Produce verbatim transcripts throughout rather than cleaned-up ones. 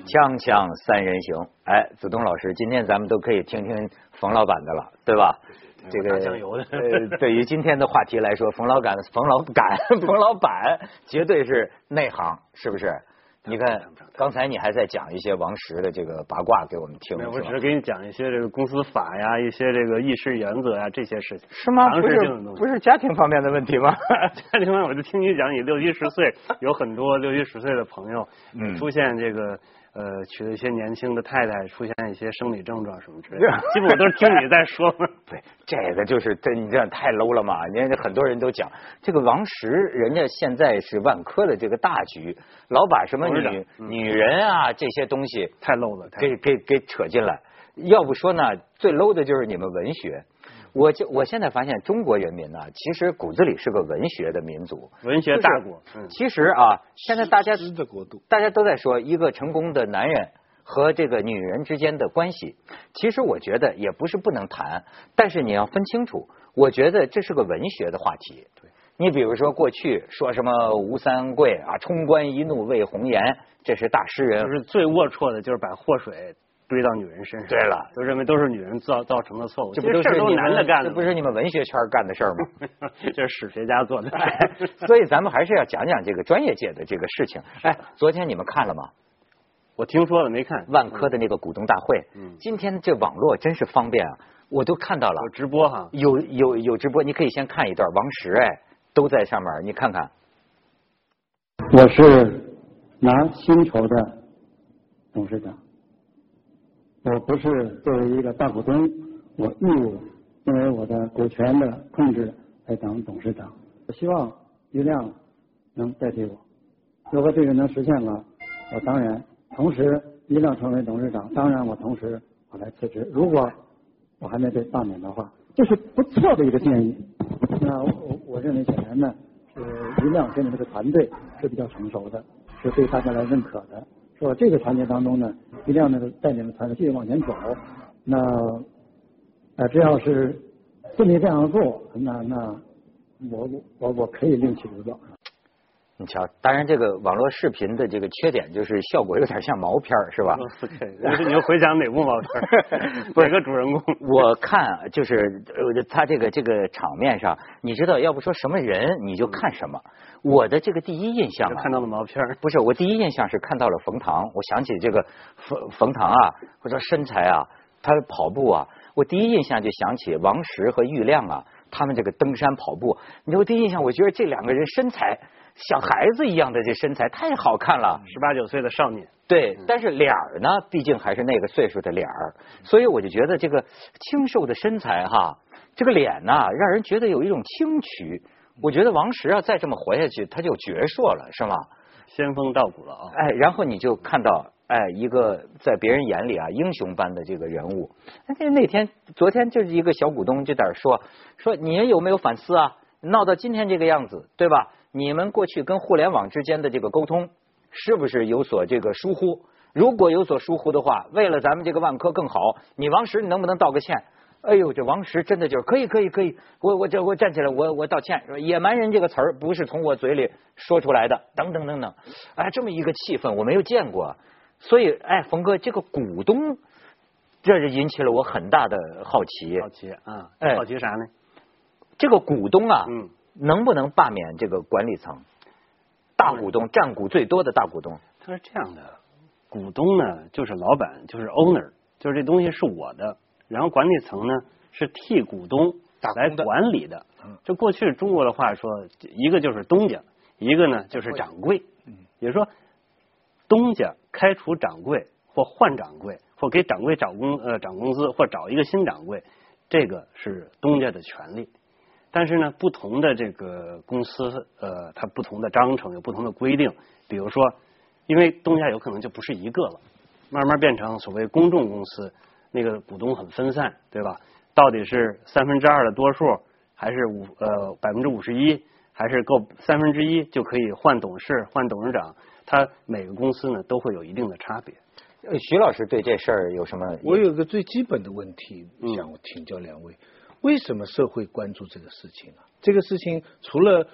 锵锵三人行，哎，子东老师，今天咱们都可以听听冯老板的了，对吧？这个呃，对于今天的话题来说，冯老板、冯老板、冯老板绝对是内行，是不是？你看，刚才你还在讲一些王石的这个八卦给我们听， 没有，我只是给你讲一些这个公司法呀，一些这个议事原则呀这些事情。 是吗？不是不是家庭方面的问题吗？ 家庭方面，我就听你讲，你六七十岁，有很多六七十岁的朋友，嗯，出现这个呃娶了一些年轻的太太，出现一些生理症状什么之类的，基本我都是听你在说。 对，这个就是这你这样太 low 了嘛！人家很多人都讲，这个王石，人家现在是万科的这个大局，老把什么女、嗯、女人啊这些东西太 low 了， 给给给扯进来。要不说呢，最 low 的就是你们文学。我就我现在发现，中国人民呢，其实骨子里是个文学的民族， 文学大国。 嗯、其实啊，现在大家大家都在说一个成功的男人和这个女人之间的关系，其实我觉得也不是不能谈，但是你要分清楚。我觉得这是个文学的话题。 对， 你比如说过去说什么吴三桂啊，冲冠一怒为红颜，这是大诗人。 就是最龌龊的，就是把祸水堆到女人身上。 对了， 都认为都是女人造造成的错误， 这不都是都男的干的？ 这不是你们文学圈干的事儿吗？ 这是史学家做的。 所以咱们还是要讲讲这个专业界的这个事情。哎，昨天你们看了吗？ 我听说了，没看。 万科的那个股东大会，嗯，今天这网络真是方便啊，我都看到了。 有直播哈， 有有有直播，你可以先看一段，王石哎都在上面，你看看。 我是拿薪酬的董事长，我不是作为一个大股东，我义务因为我的股权的控制来当董事长。我希望余亮能代替我，如果这个能实现了，我当然。同时，余亮成为董事长，当然我同时我来辞职。如果我还没被罢免的话，这是不错的一个建议。那我我认为显然呢，是余亮跟你这个团队是比较成熟的，是对大家来认可的。说这个团队当中呢，余亮呢带领着团队继续往前走。那呃，只要是顺利这样做，那那我我我可以另起炉灶。 你瞧，当然这个网络视频的这个缺点就是效果有点像毛片是吧？ 四 K， 你就回想哪部毛片？哪个主人公？ 我看就是呃，他这个这个场面上，你知道，要不说什么人，你就看什么。我的这个第一印象啊， 看到了毛片？ 不是，我第一印象是看到了冯唐，我想起这个冯冯唐啊，或者身材啊，他跑步啊，我第一印象就想起王石和郁亮啊，他们这个登山跑步。你知道，我第一印象，我觉得这两个人身材。像孩子一样的这身材太好看了， 十八九岁的少年。 对，但是脸儿呢，毕竟还是那个岁数的脸儿，所以我就觉得这个清瘦的身材哈，这个脸呢，让人觉得有一种清癯。我觉得王石要再这么活下去，他就矍铄了，是吗？ 仙风道骨了啊！ 哎，然后你就看到，哎，一个在别人眼里啊英雄般的这个人物。那那天昨天就是一个小股东就在那说说，你有没有反思啊？闹到今天这个样子，对吧？你们过去跟互联网之间的这个沟通，是不是有所这个疏忽？如果有所疏忽的话，为了咱们这个万科更好，你王石你能不能道个歉？哎呦，这王石真的就是可以可以可以，我我这我站起来，我我道歉。野蛮人这个词儿不是从我嘴里说出来的，等等等等。哎，这么一个气氛我没有见过，所以哎，冯哥这个股东，这是引起了我很大的好奇。 好奇啊，哎，好奇啥呢？ 这个股东啊， 嗯。 能不能罢免这个管理层？大股东占股最多的大股东， 他是这样的，股东呢就是老板，就是 owner， 就是这东西是我的，然后管理层呢是替股东来管理的。就过去中国的话说，一个就是东家，一个呢就是掌柜。也就是说，东家开除掌柜或换掌柜，或给掌柜找工呃涨工资，或找一个新掌柜，这个是东家的权利。但是呢，不同的这个公司，呃，它不同的章程有不同的规定。比如说，因为东家有可能就不是一个了，慢慢变成所谓公众公司，那个股东很分散，对吧？到底是三分之二的多数，还是五呃百分之五十一，还是够三分之一就可以换董事、换董事长？它每个公司呢都会有一定的差别。 呃，徐老师对这事儿有什么？ 我有个最基本的问题想请教两位。嗯，为什么社会关注这个事情啊？这个事情除了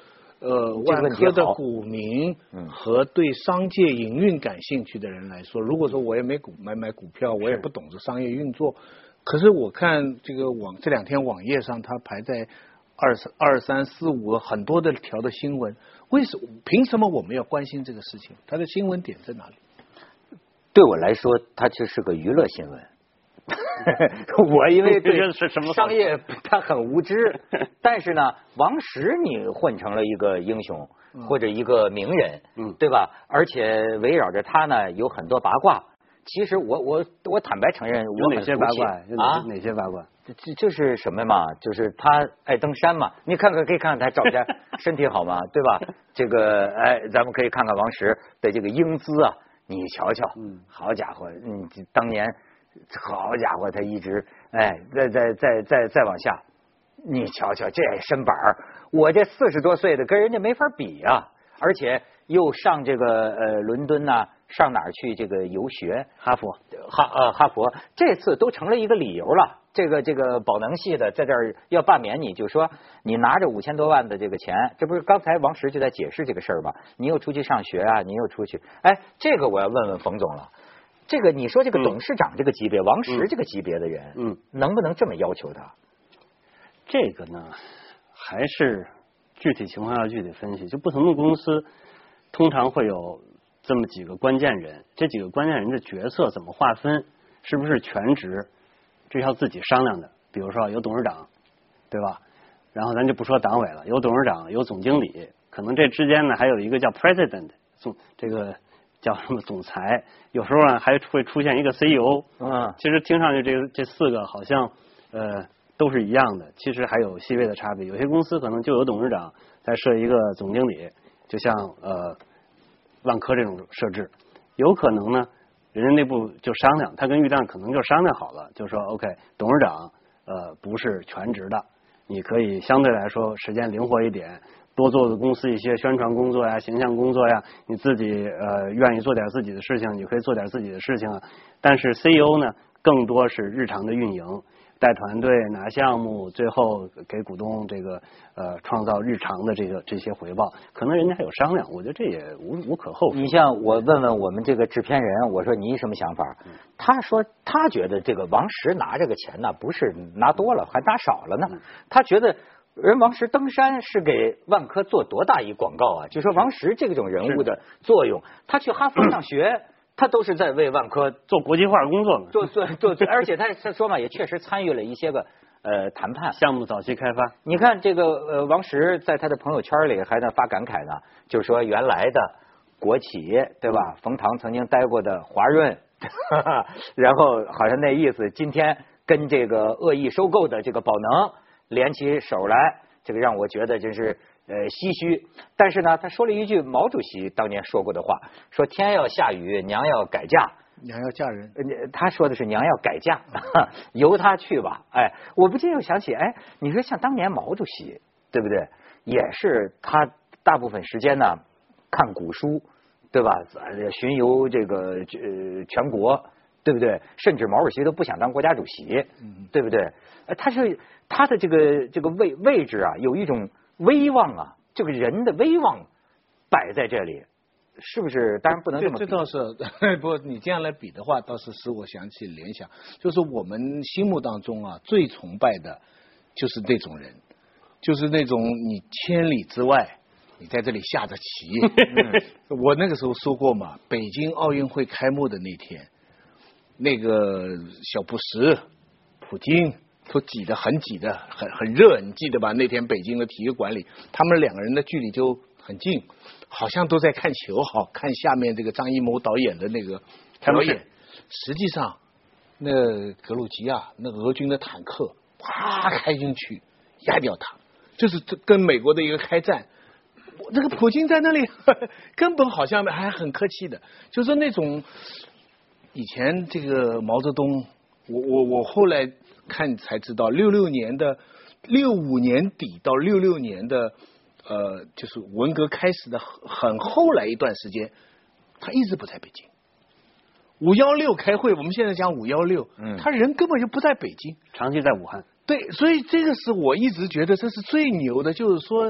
呃万科的股民和对商界营运感兴趣的人来说，如果说我也没股买买股票，我也不懂这商业运作，可是我看这个网这两天网页上它排在二三二三四五很多的条的新闻，为什么凭什么我们要关心这个事情？它的新闻点在哪里？ 对我来说，它就是个娱乐新闻。我因为对商业他很无知，但是呢，王石你混成了一个英雄或者一个名人，嗯，对吧？而且围绕着他呢有很多八卦。其实我我我坦白承认，我有哪些八卦啊？哪些八卦？ 就就是什么嘛？就是他爱登山嘛。你看看，可以看看他照片，身体好吗？对吧？这个哎，咱们可以看看王石的这个英姿啊，你瞧瞧，嗯，好家伙，嗯，当年。好家伙，他一直哎，再再再再再往下，你瞧瞧这身板儿，我这四十多岁的跟人家没法比啊！而且又上这个呃伦敦呐、啊，上哪儿去这个游学？ 哈佛， 哈呃哈佛，这次都成了一个理由了。这个这个宝能系的在这儿要罢免你，就说你拿着五千多万的这个钱，这不是刚才王石就在解释这个事儿吗？你又出去上学啊，你又出去，哎，这个我要问问冯总了。这个你说这个董事长这个级别，嗯、王石这个级别的人，嗯，能不能这么要求他？ 这个呢，还是具体情况要具体分析。就不同的公司，通常会有这么几个关键人，这几个关键人的角色怎么划分，是不是全职，这要自己商量的。比如说有董事长，对吧？然后咱就不说党委了，有董事长，有总经理，可能这之间呢还有一个叫 president 总这个。叫什么总裁？有时候呢还会出现一个 C E O。嗯，其实听上去这这四个好像呃都是一样的，其实还有细微的差别。有些公司可能就有董事长再设一个总经理，就像呃万科这种设置。有可能呢，人家内部就商量，他跟玉亮可能就商量好了，就说 OK， 董事长呃不是全职的，你可以相对来说时间灵活一点。多做的公司一些宣传工作呀、形象工作呀，你自己呃愿意做点自己的事情，你可以做点自己的事情啊。但是 C E O 呢，更多是日常的运营，带团队、拿项目，最后给股东这个呃创造日常的这个这些回报。可能人家还有商量，我觉得这也无无可厚非。 你像我问问我们这个制片人，我说你什么想法？嗯、他说他觉得这个王石拿这个钱呢，不是拿多了，还拿少了呢。嗯、他觉得。人王石登山是给万科做多大一广告啊！就说王石这种人物的作用，他去哈佛上学，他都是在为万科做国际化工作嘛， 做做做，而且他他说嘛，也确实参与了一些个呃谈判项目早期开发。 你看这个呃王石在他的朋友圈里还在发感慨呢，就是说原来的国企对吧？冯唐曾经待过的华润，然后好像那意思，今天跟这个恶意收购的这个宝能。联起手来，这个让我觉得真是呃唏嘘。但是呢，他说了一句毛主席当年说过的话，说天要下雨，娘要改嫁， 娘要嫁人。 呃，他说的是娘要改嫁，由他去吧。哎，我不禁又想起，哎，你说像当年毛主席，对不对？也是他大部分时间呢看古书，对吧？巡游这个呃全国。对不对？甚至毛主席都不想当国家主席，对不对？他是他的这个这个位位置啊，有一种威望啊，这个人的威望摆在这里，是不是？当然不能这么比。 这倒是，不，你这样来比的话，倒是使我想起联想，就是我们心目当中啊，最崇拜的就是那种人，就是那种你千里之外。你在这里下着棋，嗯、我那个时候说过嘛，北京奥运会开幕的那天。那个小布什、普京都挤得很挤的，很很热，你记得吧？那天北京的体育馆里，他们两个人的距离就很近，好像都在看球，好看下面这个张艺谋导演的那个表演。实际上，那格鲁吉亚那俄军的坦克啪开进去压掉他，就是跟美国的一个开战。那个普京在那里呵呵根本好像还很客气的，就是那种。以前这个毛泽东，我我我后来看才知道，六六年的六五年底到六六年的呃，就是文革开始的很后来一段时间，他一直不在北京。五幺六开会，我们现在讲五幺六，嗯，他人根本就不在北京， 长期在武汉。 对，所以这个是我一直觉得这是最牛的，就是说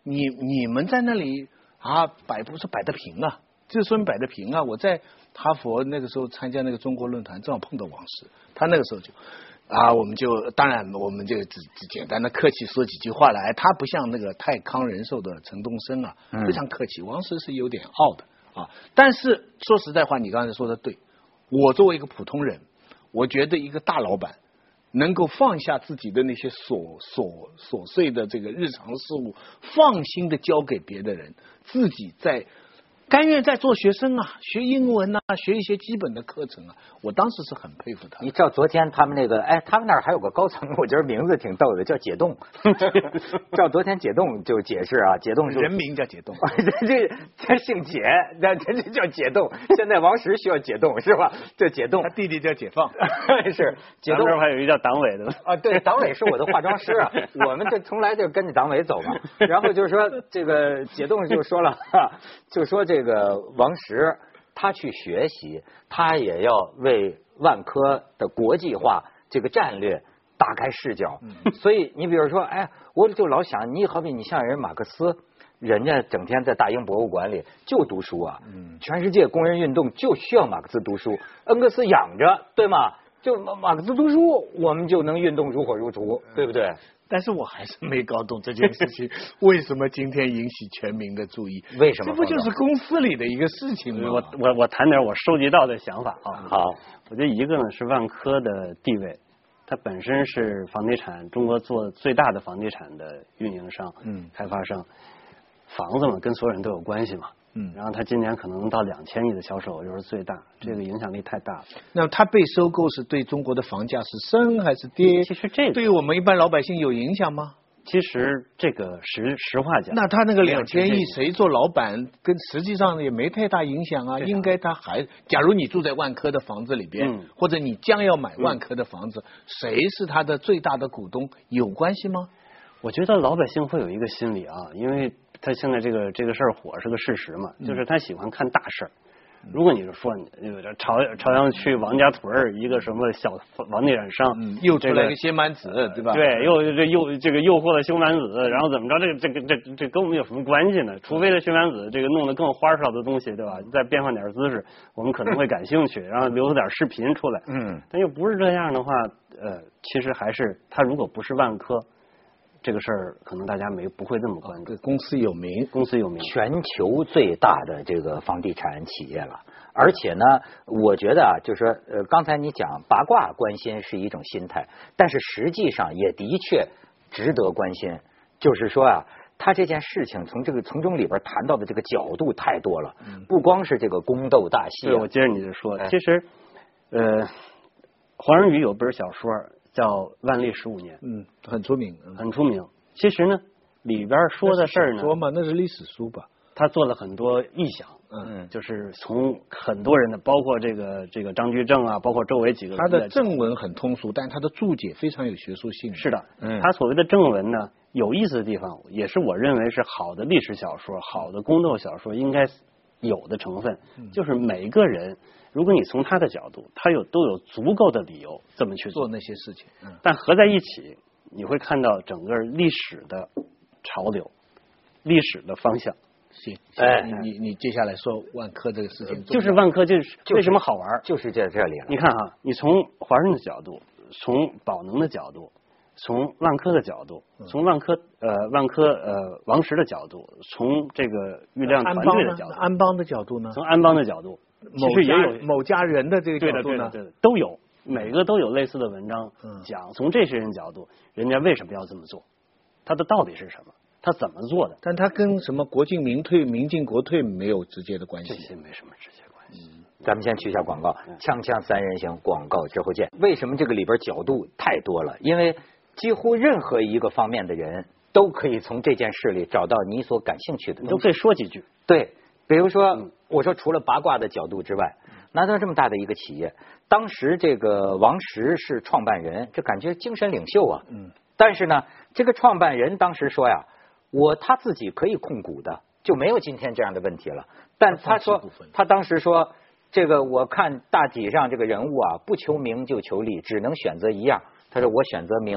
你你们在那里啊摆不是摆得平啊，这说明摆得平啊。我在哈佛那个时候参加那个中国论坛，正好碰到王石，他那个时候就啊，我们就当然我们就只只简单的客气说几句话来。他不像那个泰康人寿的陈东升啊，非常客气。王石是有点傲的啊，但是说实在话，你刚才说的对，我作为一个普通人，我觉得一个大老板能够放下自己的那些琐琐琐碎的这个日常事务，放心的交给别的人，自己在甘愿在做学生啊，学英文啊，学一些基本的课程啊。我当时是很佩服他。 你知道昨天他们那个，哎，他们那儿还有个高层，我觉得名字挺逗的，叫解冻。照昨天解冻就解释啊，解冻是人名叫解冻， 这这这姓解，那这这叫解冻。现在王石需要解冻是吧？这解冻， 他弟弟叫解放， 是解冻。 这还有一个叫党委的啊，对，党委是我的化妆师啊，我们这从来就跟着党委走嘛。然后就是说这个解冻就说了，就说这个王石他去学习，他也要为万科的国际化这个战略打开视角。所以你比如说，哎，我就老想，你好比你像人马克思，人家整天在大英博物馆里就读书啊，全世界工人运动就需要马克思读书，恩格斯养着，对吗？就马马克思读书，我们就能运动如火如荼，对不对？ 但是我还是没搞懂这件事情为什么今天引起全民的注意？ 为什么？ 这不就是公司里的一个事情吗？ 我我我谈点我收集到的想法啊。 好， 我觉得一个呢是万科的地位，它本身是房地产中国做最大的房地产的运营商、嗯，开发商，房子嘛跟所有人都有关系嘛。嗯，然后他今年可能到两千亿的销售，就是最大，这个影响力太大了。 那他被收购是对中国的房价是升还是跌？ 其实这个对于我们一般老百姓有影响吗？ 其实这个实实话讲， 那他那个两千亿谁做老板，跟实际上也没太大影响啊。应该他还，假如你住在万科的房子里边，嗯、或者你将要买万科的房子，嗯、谁是他的最大的股东，有关系吗？ 我觉得老百姓会有一个心理啊，因为他现在这个这个事儿火是个事实嘛，就是他喜欢看大事儿。如果你是说朝朝阳区王家屯儿一个什么小房地产商， 嗯、又出来个薛蛮子，对吧？ 对，又这诱这个诱惑了薛蛮子，然后怎么着？这个这个这这跟我们有什么关系呢？除非这薛蛮子这个弄得更花哨的东西，对吧？再变换点姿势，我们可能会感兴趣，然后留出点视频出来。嗯，但又不是这样的话，呃，其实还是他如果不是万科。这个事儿可能大家没不会这么关注。 公司有名， 公司有名， 全球最大的这个房地产企业了。而且呢，我觉得啊，就是说，呃，刚才你讲八卦关心是一种心态，但是实际上也的确值得关心。就是说啊，他这件事情从这个从中里边谈到的这个角度太多了，不光是这个宫斗大戏、啊。 对，我接着你就说，哎、其实，呃，黄仁宇有本小说。叫《万历十五年》， 嗯，很出名， 很出名。其实呢，里边说的事儿呢， 说嘛，那是历史书吧？ 他做了很多臆想，嗯，就是从很多人的，包括这个这个张居正啊，包括周围几个人， 他的正文很通俗，但他的注解非常有学术性。 是的，嗯，他所谓的正文呢，有意思的地方，也是我认为是好的历史小说、好的宫斗小说应该有的成分，嗯、就是每一个人。如果你从他的角度，他有都有足够的理由这么去做那些事情， 嗯、但合在一起，你会看到整个历史的潮流，历史的方向。 行，哎，你你接下来说万科这个事情， 就是万科就是为什么好玩， 就是在这里了。 你看哈，你从华润的角度，从宝能的角度，从万科的角度，从万科呃万科呃王石的角度，从这个郁亮团队的角度， 安邦的角度呢？ 从安邦的角度。 某家某家人的这个角度呢， 对的，都有，每个都有类似的文章讲，从这些人角度，人家为什么要这么做，他的道理是什么，他怎么做的？ 但他跟什么国进民退、民进国退没有直接的关系， 这些没什么直接关系。 嗯、咱们先去一下广告，锵锵三人行，广告之后见。为什么这个里边角度太多了？因为几乎任何一个方面的人都可以从这件事里找到你所感兴趣的东西， 你都可以说几句。 对。比如说，嗯、我说除了八卦的角度之外，拿到这么大的一个企业，当时这个王石是创办人，这感觉精神领袖啊。嗯。但是呢，这个创办人当时说呀，我他自己可以控股的，就没有今天这样的问题了。但他说，他当时说，这个我看大体上这个人物啊，不求名就求利，只能选择一样。他说我选择名。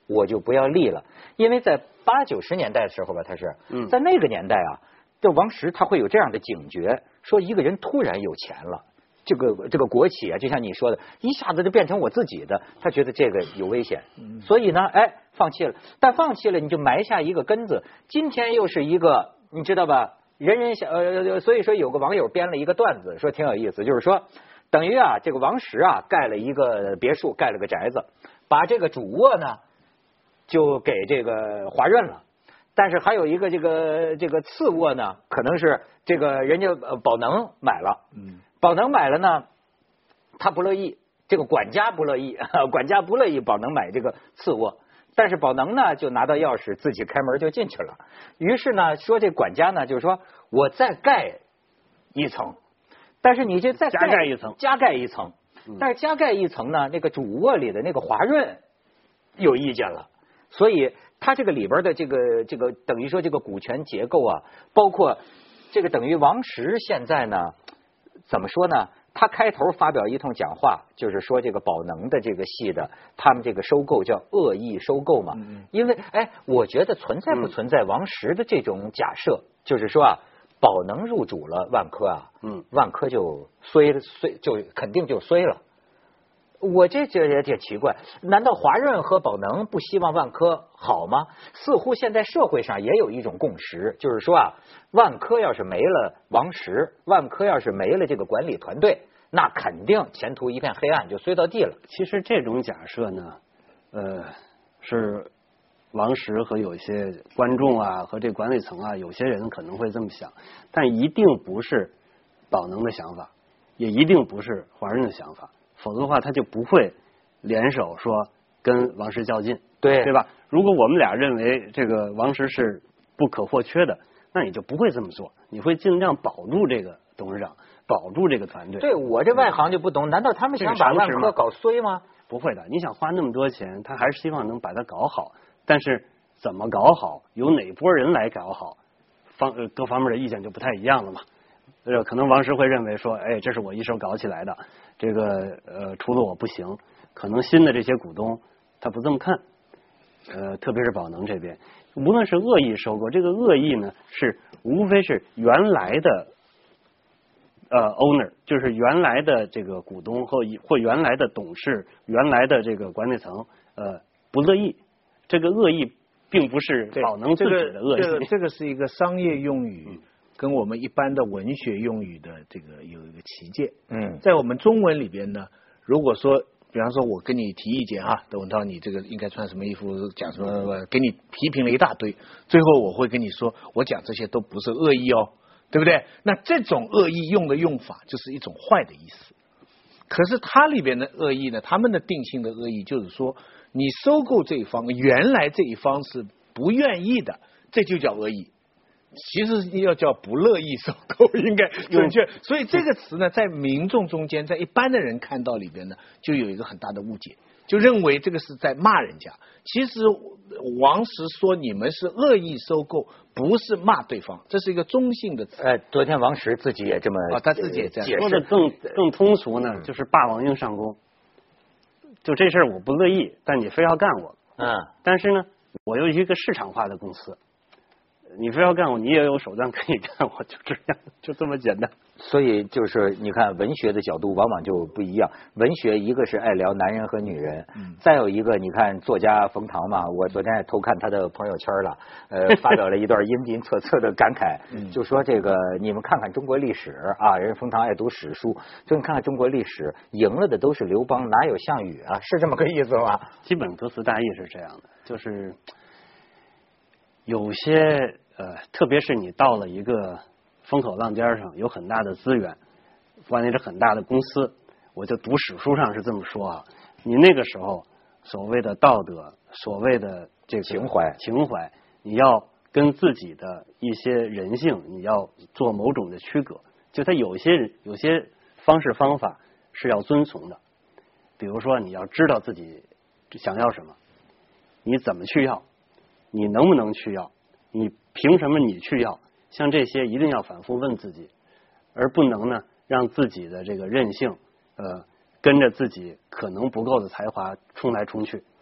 我就不要立了，因为在八九十年代的时候吧，他是嗯在那个年代啊，这王石他会有这样的警觉，说一个人突然有钱了。这个这个国企啊，就像你说的，一下子就变成我自己的，他觉得这个有危险，所以呢，哎，放弃了。但放弃了，你就埋下一个根子。今天又是一个，你知道吧？人人想，呃，所以说有个网友编了一个段子，说挺有意思，就是说，等于啊，这个王石啊，盖了一个别墅，盖了个宅子，把这个主卧呢，就给这个华润了。但是还有一个这个这个次卧呢，可能是这个人家宝能买了，嗯。宝能买了呢，他不乐意，这个管家不乐意，管家不乐意宝能买这个次卧，但是宝能呢就拿到钥匙自己开门就进去了。于是呢，说这管家呢就是说我再盖一层，但是你这再加盖一层， 加盖一层，但是加盖一层呢，那个主卧里的那个华润有意见了，所以他这个里边的这个这个等于说这个股权结构啊，包括这个等于王石现在呢。怎么说呢？他开头发表一通讲话，就是说这个宝能的这个系的，他们这个收购叫恶意收购嘛。因为哎，我觉得存在不存在王石的这种假设，就是说啊，宝能入主了万科啊，嗯，万科就衰了，衰就肯定就衰了。我这这也挺奇怪，难道华润和宝能不希望万科好吗？似乎现在社会上也有一种共识，就是说啊，万科要是没了王石，万科要是没了这个管理团队，那肯定前途一片黑暗，就衰到地了。 其实这种假设呢，呃，是王石和有些观众啊和这管理层啊，有些人可能会这么想，但一定不是宝能的想法，也一定不是华润的想法。否则的话，他就不会联手说跟王石较劲， 对对吧？如果我们俩认为这个王石是不可或缺的，那你就不会这么做，你会尽量保住这个董事长，保住这个团队。 对我这外行就不懂，难道他们想把万科搞衰吗？ 不会的，你想花那么多钱，他还是希望能把它搞好，但是怎么搞好，由哪波人来搞好，方呃各方面的意见就不太一样了嘛。呃，可能王石会认为说，哎，这是我一手搞起来的。这个呃，除了我不行，可能新的这些股东他不这么看，呃，特别是宝能这边，无论是恶意收购，这个恶意呢是无非是原来的呃 owner， 就是原来的这个股东或或原来的董事、原来的这个管理层呃不乐意，这个恶意并不是宝能自己的恶意， 这个、这个、这个是一个商业用语。嗯，跟我们一般的文学用语的这个有一个旗舰。嗯，在我们中文里边呢，如果说，比方说我跟你提意见啊，窦文涛，你这个应该穿什么衣服，讲什么，给你批评了一大堆，最后我会跟你说，我讲这些都不是恶意哦，对不对？那这种恶意用的用法就是一种坏的意思。可是它里边的恶意呢，他们的定性的恶意就是说，你收购这一方，原来这一方是不愿意的，这就叫恶意。其实要叫不乐意收购，应该准确。所以这个词呢，在民众中间，在一般的人看到里边呢，就有一个很大的误解，就认为这个是在骂人家。其实王石说你们是恶意收购，不是骂对方，这是一个中性的词。 呃，昨天王石自己也这么啊、哦，他自己也这样解释。说的更更通俗呢，就是霸王硬上弓。就这事儿我不乐意，但你非要干我。嗯。但是呢，我有一个市场化的公司。你非要干我，你也有手段可以干我，就这样，就这么简单。 所以就是你看，文学的角度往往就不一样。文学一个是爱聊男人和女人，嗯、再有一个你看作家冯唐嘛，我昨天也偷看他的朋友圈了，呃，发表了一段阴阴恻恻的感慨，嗯、就说这个你们看看中国历史啊，人冯唐爱读史书，就你看看中国历史，赢了的都是刘邦，哪有项羽啊？是这么个意思吗？ 基本歌词大意是这样的，就是有些。呃，特别是你到了一个风口浪尖上，有很大的资源，关键是很大的公司，我就读史书上是这么说啊。你那个时候所谓的道德，所谓的这个情怀， 情怀，你要跟自己的一些人性，你要做某种的区隔。就它有些有些方式方法是要遵从的，比如说你要知道自己想要什么，你怎么去要，你能不能去要。你凭什么你去要？像这些一定要反复问自己，而不能呢让自己的这个任性，呃，跟着自己可能不够的才华冲来冲去。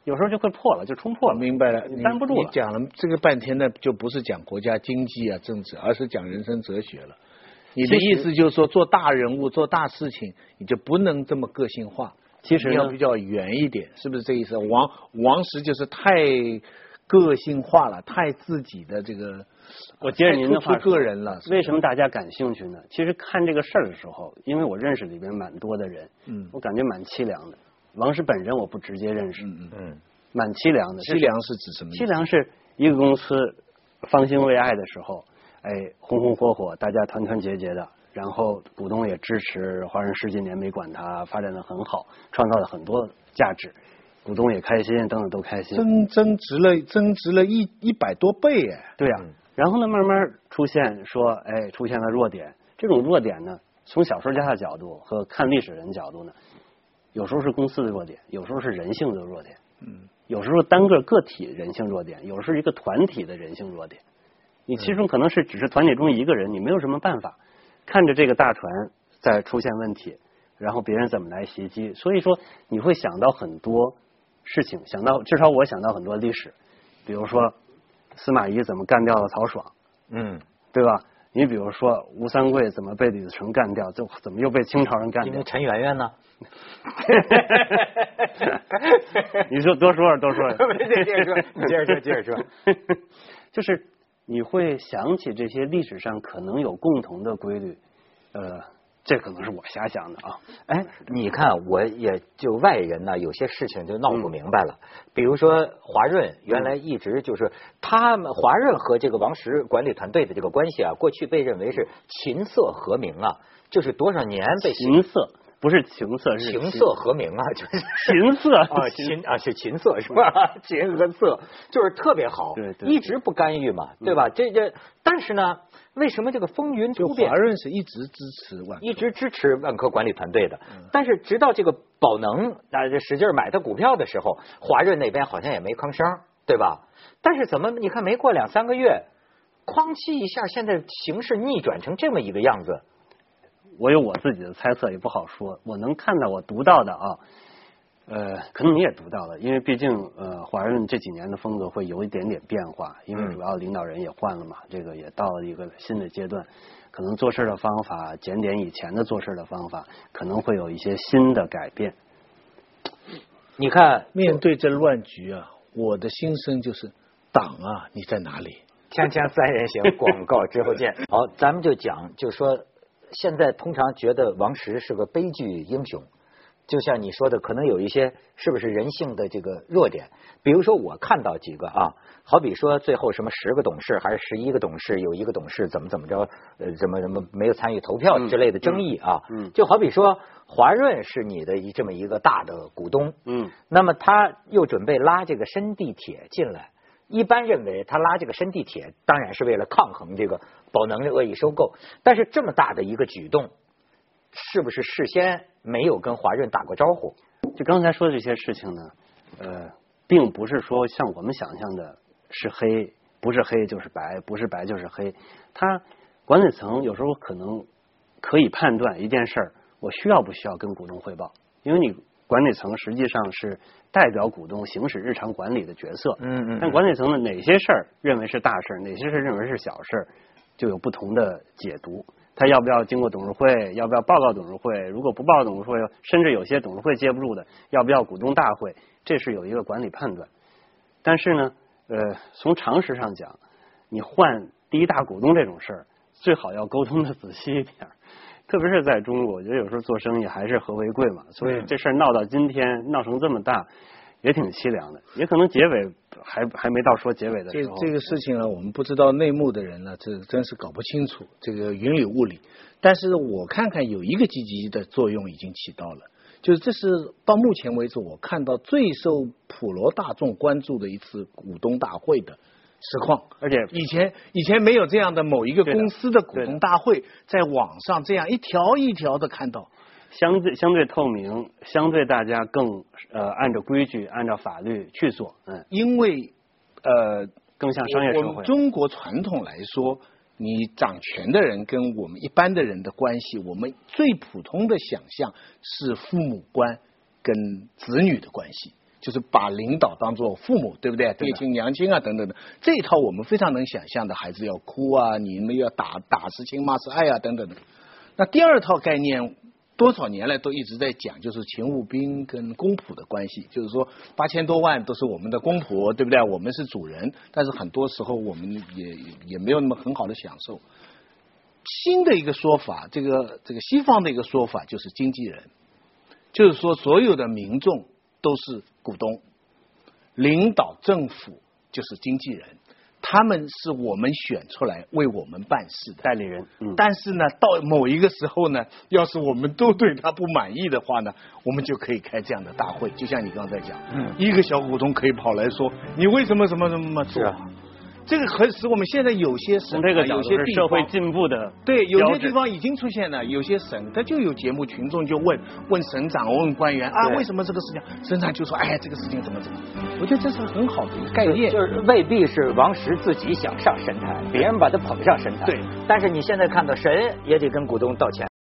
有时候就会破了，就冲破了。 明白了， 你担不住了。 你讲了这个半天呢，就不是讲国家经济啊、政治，而是讲人生哲学了。你的意思就是说，做大人物、做大事情，你就不能这么个性化， 其实你要比较圆一点，是不是这意思？王王石就是太个性化了，太自己的这个。 我接着您的话说， 个人了。 为什么大家感兴趣呢？其实看这个事儿的时候，因为我认识里边蛮多的人，嗯，我感觉蛮凄凉的。王石本人我不直接认识，嗯嗯，蛮凄凉的。 凄凉是指什么意思？ 凄凉是一个公司方兴未艾的时候，哎，红红火火，大家团团结结的，然后股东也支持，华润十几年没管它，发展的很好，创造了很多价值，股东也开心，等等都开心， 增增值了，增值了一一百多倍哎。 对呀、啊。然后呢，慢慢出现说，哎，出现了弱点。这种弱点呢，从小说家的角度和看历史人角度呢，有时候是公司的弱点，有时候是人性的弱点，嗯，有时候单个个体人性弱点，有时候是一个团体的人性弱点。你其中可能是只是团体中一个人，你没有什么办法，看着这个大船在出现问题，然后别人怎么来袭击，所以说你会想到很多事情，想到至少我想到很多历史，比如说。司马懿怎么干掉了曹爽？嗯，对吧？你比如说吴三桂怎么被李自成干掉，就怎么又被清朝人干掉？ 因为陈圆圆呢？ 你说多说多说， 接着说，你接着说，接着说， 就是你会想起这些历史上可能有共同的规律，呃。这可能是我瞎想的啊！ 哎，你看，我也就外人呢，有些事情就闹不明白了。嗯、比如说华润，原来一直就是他们华润和这个王石管理团队的这个关系啊，过去被认为是琴瑟和鸣啊，就是多少年被琴瑟不是情色，是琴瑟和鸣啊，就是琴瑟啊，琴啊是琴瑟是吧？琴和瑟就是特别好， 对对， 一直不干预嘛，对吧？这这，但是呢。为什么这个风云突变？ 华润是一直支持万科， 一直支持万科管理团队的。嗯、但是直到这个宝能啊，这使劲买他股票的时候，华润那边好像也没吭声，对吧？但是怎么你看没过两三个月，哐叽一下，现在形势逆转成这么一个样子。 我有我自己的猜测，也不好说。我能看到我读到的啊。呃，可能你也读到了，因为毕竟呃，华润这几年的风格会有一点点变化，因为主要领导人也换了嘛，这个也到了一个新的阶段，可能做事的方法，检点以前的做事的方法，可能会有一些新的改变。 你看， 面对这乱局啊，我的心声就是，党啊，你在哪里？ 锵锵三人行，广告之后见。好，咱们就讲，就说现在通常觉得王石是个悲剧英雄。就像你说的，可能有一些是不是人性的这个弱点？比如说，我看到几个啊，好比说最后什么十个董事还是十一个董事，有一个董事怎么怎么着，呃，怎么怎么没有参与投票之类的争议啊。嗯，就好比说华润是你的一这么一个大的股东，嗯，那么他又准备拉这个深地铁进来。一般认为他拉这个深地铁，当然是为了抗衡这个宝能的恶意收购，但是这么大的一个举动。是不是事先没有跟华润打过招呼？ 就刚才说的这些事情呢，呃，并不是说像我们想象的是黑，不是黑就是白，不是白就是黑。他管理层有时候可能可以判断一件事儿，我需要不需要跟股东汇报？因为你管理层实际上是代表股东行使日常管理的角色。嗯嗯。但管理层的哪些事儿认为是大事，哪些事认为是小事，就有不同的解读。他要不要经过董事会？要不要报告董事会？如果不报告董事会，甚至有些董事会接不住的，要不要股东大会？这是有一个管理判断。但是呢，呃，从常识上讲，你换第一大股东这种事儿，最好要沟通的仔细一点。特别是在中国，我觉得有时候做生意还是和为贵嘛，所以这事儿闹到今天，闹成这么大，也挺凄凉的。也可能结尾还还没到说结尾的时候。 这这个事情呢，我们不知道内幕的人呢，这真是搞不清楚，这个云里雾里。但是我看看有一个积极的作用已经起到了，就是这是到目前为止我看到最受普罗大众关注的一次股东大会的实况。 而且以前以前没有这样的某一个公司的股东大会，在网上这样一条一条的看到。 相对相对透明，相对大家更呃按照规矩、按照法律去做，嗯， 因为呃更像商业社会。 我们中国传统来说，你掌权的人跟我们一般的人的关系，我们最普通的想象是父母官跟子女的关系， 就是把领导当做父母，对不对？爹亲娘亲啊等等的，这一套我们非常能想象的，孩子要哭啊，你们要打打是亲骂是爱啊等等的。那第二套概念多少年来都一直在讲，就是勤务兵跟公仆的关系，就是说八千多万都是我们的公仆，对不对？我们是主人，但是很多时候我们也也没有那么很好的享受。新的一个说法，这个这个西方的一个说法就是经纪人，就是说所有的民众都是股东，领导政府就是经纪人，他们是我们选出来为我们办事的代理人。嗯， 但是呢，到某一个时候呢，要是我们都对他不满意的话呢，我们就可以开这样的大会，就像你刚才讲，嗯，一个小股东可以跑来说，你为什么什么什么做？这个很使我们现在有些省、啊， 这个有些地方社会进步的对，有些地方已经出现了，有些省它就有节目，群众就问问省长、问官员啊，为什么这个事情？省长就说，哎，这个事情怎么怎么？我觉得这是很好的一个概念， 就是未必是王石自己想上神坛，别人把他捧上神坛， 对， 但是你现在看到神也得跟股东道歉。